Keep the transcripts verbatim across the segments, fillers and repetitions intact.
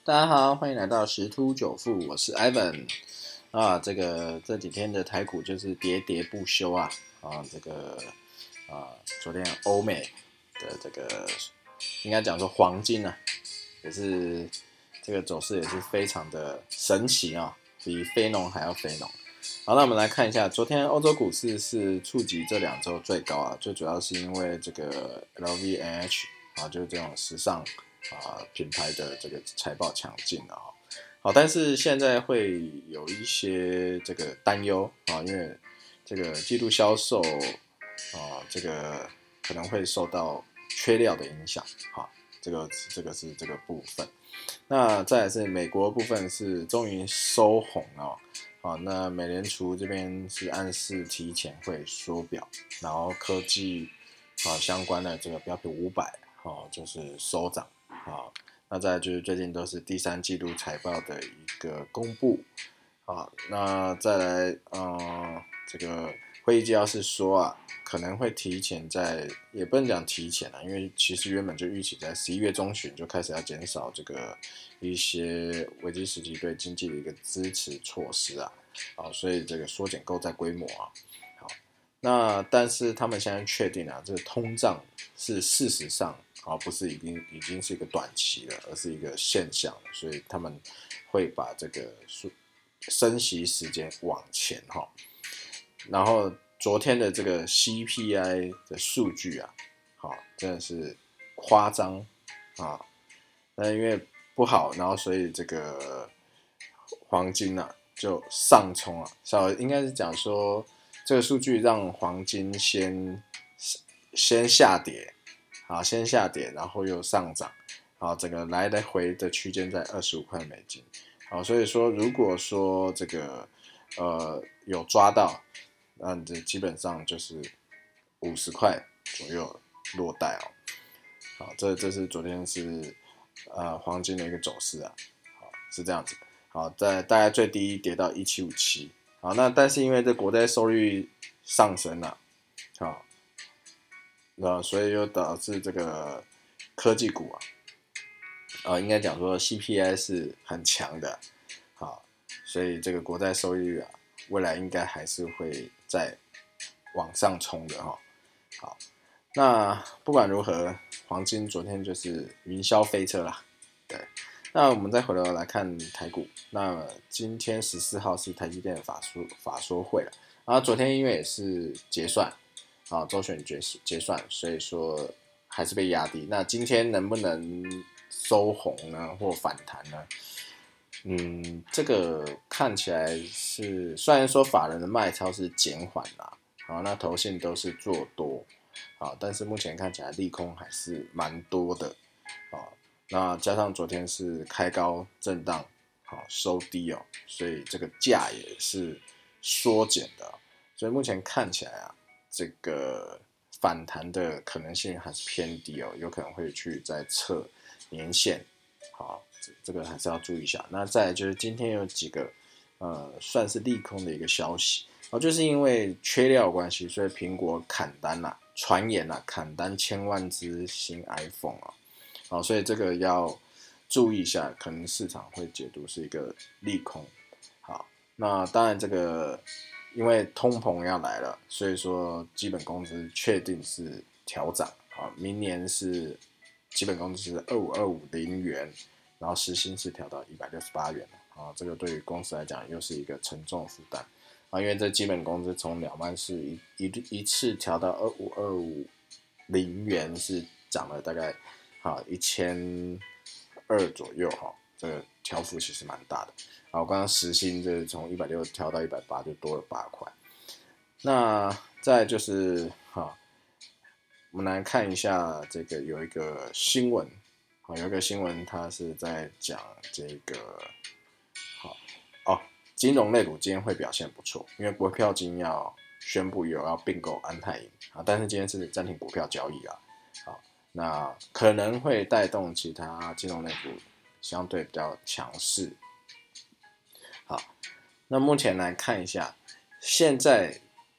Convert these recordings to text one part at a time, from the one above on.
大家好，欢迎来到十突九富，我是 Ivan 啊。这个这几天的台股就是喋喋不休啊啊，这个啊，昨天欧美的这个应该讲说黄金啊，也是这个走势也是非常的神奇啊，比非农还要非农。好，那我们来看一下，昨天欧洲股市是触及这两周最高啊，最主要是因为这个 L V M H 啊，就是这种时尚啊品牌的这个财报强劲啊。好，但是现在会有一些这个担忧啊，因为这个季度销售啊，这个可能会受到缺料的影响啊，这个这个是这个部分。那再来是美国部分是终于收红哦，好，那美联储这边是暗示提前会缩表，然后科技啊相关的这个标普五百哦就是收涨啊，那再来就是最近都是第三季度财报的一个公布啊，那再来呃这个会议纪要是说啊，可能会提前在，也不能讲提前啊，因为其实原本就预期在十一月中旬就开始要减少这个一些危机时期对经济的一个支持措施啊，啊，所以这个缩减购债规模啊，好，那但是他们现在确定啊，这个通胀是事实上啊，不是已经已经是一个短期了，而是一个现象了，所以他们会把这个升息时间往前哈。然后昨天的这个 C P I 的数据啊，好，真的是夸张啊！那因为不好，然后所以这个黄金啊就上冲啊，稍微应该是讲说这个数据让黄金先先下跌，好，先下跌，然后又上涨，好，整个来来回的区间在二十五块美金，好，所以说如果说这个呃有抓到。那这基本上就是五十块左右落袋哦。好，这这是昨天是呃黄金的一个走势啊，好是这样子。好，在大概最低跌到一七五七。好，那但是因为这国债收率上升了，好，那所以又导致这个科技股啊，啊、呃、应该讲说 C P I 是很强的，好，所以这个国债收益率啊，未来应该还是会在往上冲的哈。好，那不管如何，黄金昨天就是云霄飞车啦。对，那我们再回头来看台股，那今天十四号是台积电的法说法说会了，然后昨天因为也是结算，啊周选结结算，所以说还是被压低。那今天能不能收红呢，或反弹呢？嗯，这个看起来是，虽然说法人的卖超是减缓啦，好，那投信都是做多，好，但是目前看起来利空还是蛮多的，好，那加上昨天是开高震荡，好收低哦，所以这个价也是缩减的，所以目前看起来啊，这个反弹的可能性还是偏低哦，有可能会去再测年线，好。这个还是要注意一下。那再来就是今天有几个呃算是利空的一个消息，哦，就是因为缺料关系，所以苹果砍单啦、啊，传言啦、啊、砍单千万只新 iPhone 啊，好，所以这个要注意一下，可能市场会解读是一个利空。好，那当然这个因为通膨要来了，所以说基本工资确定是调涨啊，明年是基本工资是二五二五零元。然后时薪是调到一百六十八元啊，这个对于公司来讲又是一个沉重负担啊，因为这基本工资从两万四一一一次调到二五二五零元，是涨了大概啊一千二左右哈，这个调幅其实蛮大的啊。我刚刚时薪这从一百六调到一百八，就多了八块。那再就是哈，我们来看一下这个有一个新闻。好，有一个新闻，它是在讲这个，好哦，金融类股今天会表现不错，因为国票金要宣布有要并购安泰银啊，但是今天是暂停股票交易啊，好，那可能会带动其他金融类股相对比较强势。好，那目前来看一下，现在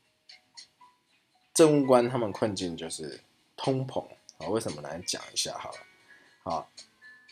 政务官他们困境就是通膨啊，为什么来讲一下好了，好。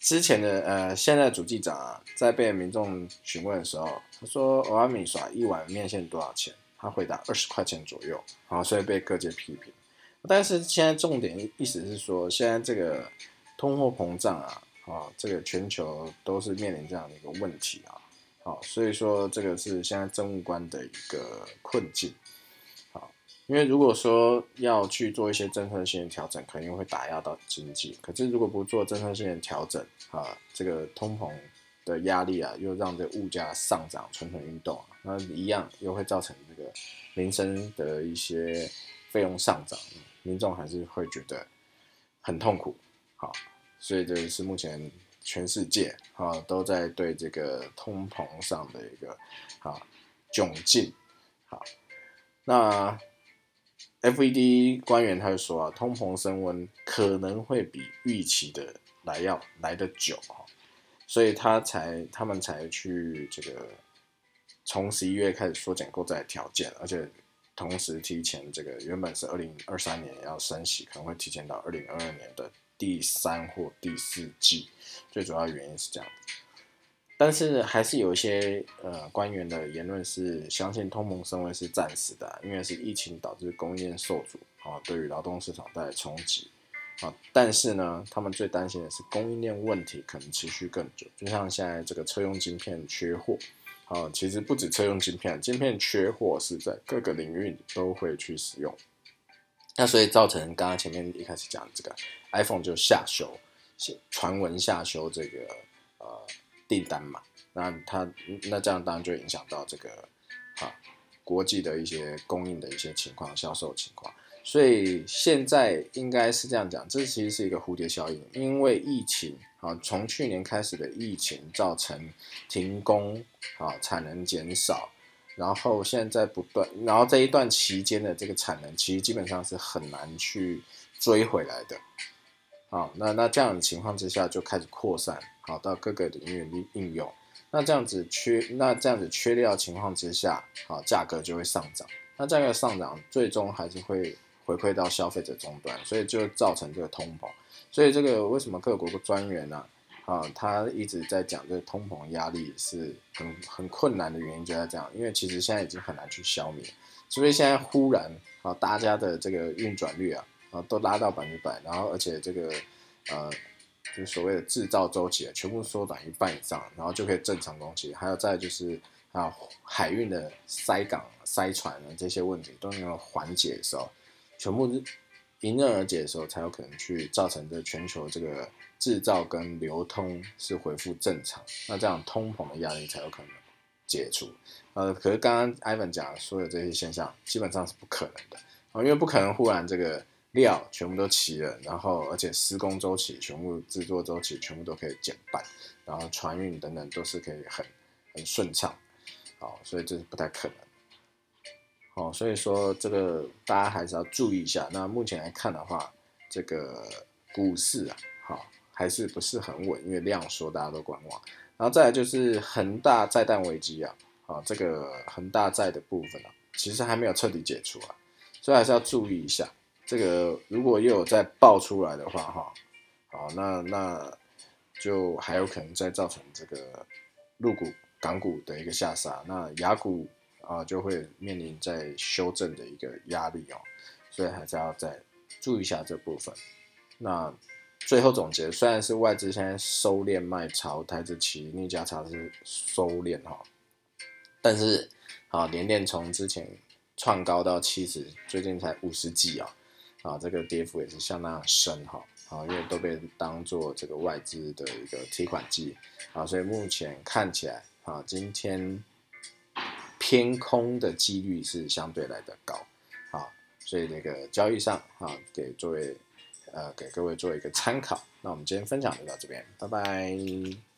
之前的呃，现在主机长啊，在被民众询问的时候，他说欧阿米耍一碗面线多少钱？他回答二十块钱左右，好，所以被各界批评。但是现在重点意思是说，现在这个通货膨胀啊，啊，这个全球都是面临这样的一个问题啊，好，所以说这个是现在政务官的一个困境。因为如果说要去做一些政策性的调整，肯定会打压到经济。可是如果不做政策性的调整啊，这个通膨的压力啊，又让这个物价上涨蠢蠢欲动，那一样又会造成这个民生的一些费用上涨，民众还是会觉得很痛苦。好，所以这是目前全世界啊都在对这个通膨上的一个啊窘境。好，那。F E D 官员他就说啊，通膨升温可能会比预期的来要来得久，所以他才他们才去这个从十一月开始缩减购债的条件，而且同时提前这个原本是二零二三年要升息，可能会提前到二零二二年的第三或第四季，最主要原因是这样子。但是还是有一些呃官员的言论是相信通膨升温是暂时的、啊，因为是疫情导致供应链受阻啊，对于劳动市场带来冲击啊。但是呢，他们最担心的是供应链问题可能持续更久，就像现在这个车用晶片缺货啊，其实不止车用晶片，晶片缺货是在各个领域都会去使用。那所以造成刚刚前面一开始讲这个 iPhone 就下修，传闻下修这个呃。订单嘛，那它那这样当然就影响到这个啊国际的一些供应的一些情况、销售情况，所以现在应该是这样讲，这其实是一个蝴蝶效应，因为疫情啊，从去年开始的疫情造成停工啊，产能减少，然后现在不断，然后这一段期间的这个产能其实基本上是很难去追回来的。好，那那这样的情况之下就开始扩散，好到各个领域应用。那这样子缺，那这样子缺料情况之下，好价格就会上涨。那价格上涨，最终还是会回馈到消费者终端，所以就造成这个通膨。所以这个为什么各国的专员呢、啊？啊，他一直在讲这个通膨压力是很很困难的原因就在这样，因为其实现在已经很难去消灭，所以现在忽然啊，大家的这个运转率啊。啊，都拉到百分之百，然后而且这个呃，就是所谓的制造周期啊，全部缩短一半以上，然后就可以正常供给。还有再就是啊，海运的塞港、塞船的这些问题都能够缓解的时候，全部迎刃而解的时候，才有可能去造成这全球这个制造跟流通是恢复正常，那这样通膨的压力才有可能解除。呃，可是刚刚 Ivan 讲说的这些现象，基本上是不可能的啊，因为不可能忽然这个。料全部都齐了，然后而且施工周期、全部制作周期全部都可以减半，然后船运等等都是可以很很顺畅，好，所以这是不太可能。好，所以说这个大家还是要注意一下。那目前来看的话，这个股市啊，好还是不是很稳，因为量缩，大家都观望。然后再来就是恒大债贷危机啊，啊这个恒大债的部分啊，其实还没有彻底解除啊，所以还是要注意一下。这个如果又有再爆出来的话，哈，好，那那就还有可能再造成这个陆股、港股的一个下杀，那亚股啊就会面临在修正的一个压力哦，所以还是要再注意一下这部分。那最后总结，虽然是外资现在收敛卖超，台指期逆价差是收敛哈，但是啊，联电从之前创高到七十，最近才五十几啊。啊，这个跌幅也是相当深哈，啊，因为都被当做这个外资的一个提款机啊，所以目前看起来啊，今天偏空的几率是相对来的高啊，所以那个交易上啊，给作为呃给各位做一个参考。那我们今天分享就到这边，拜拜。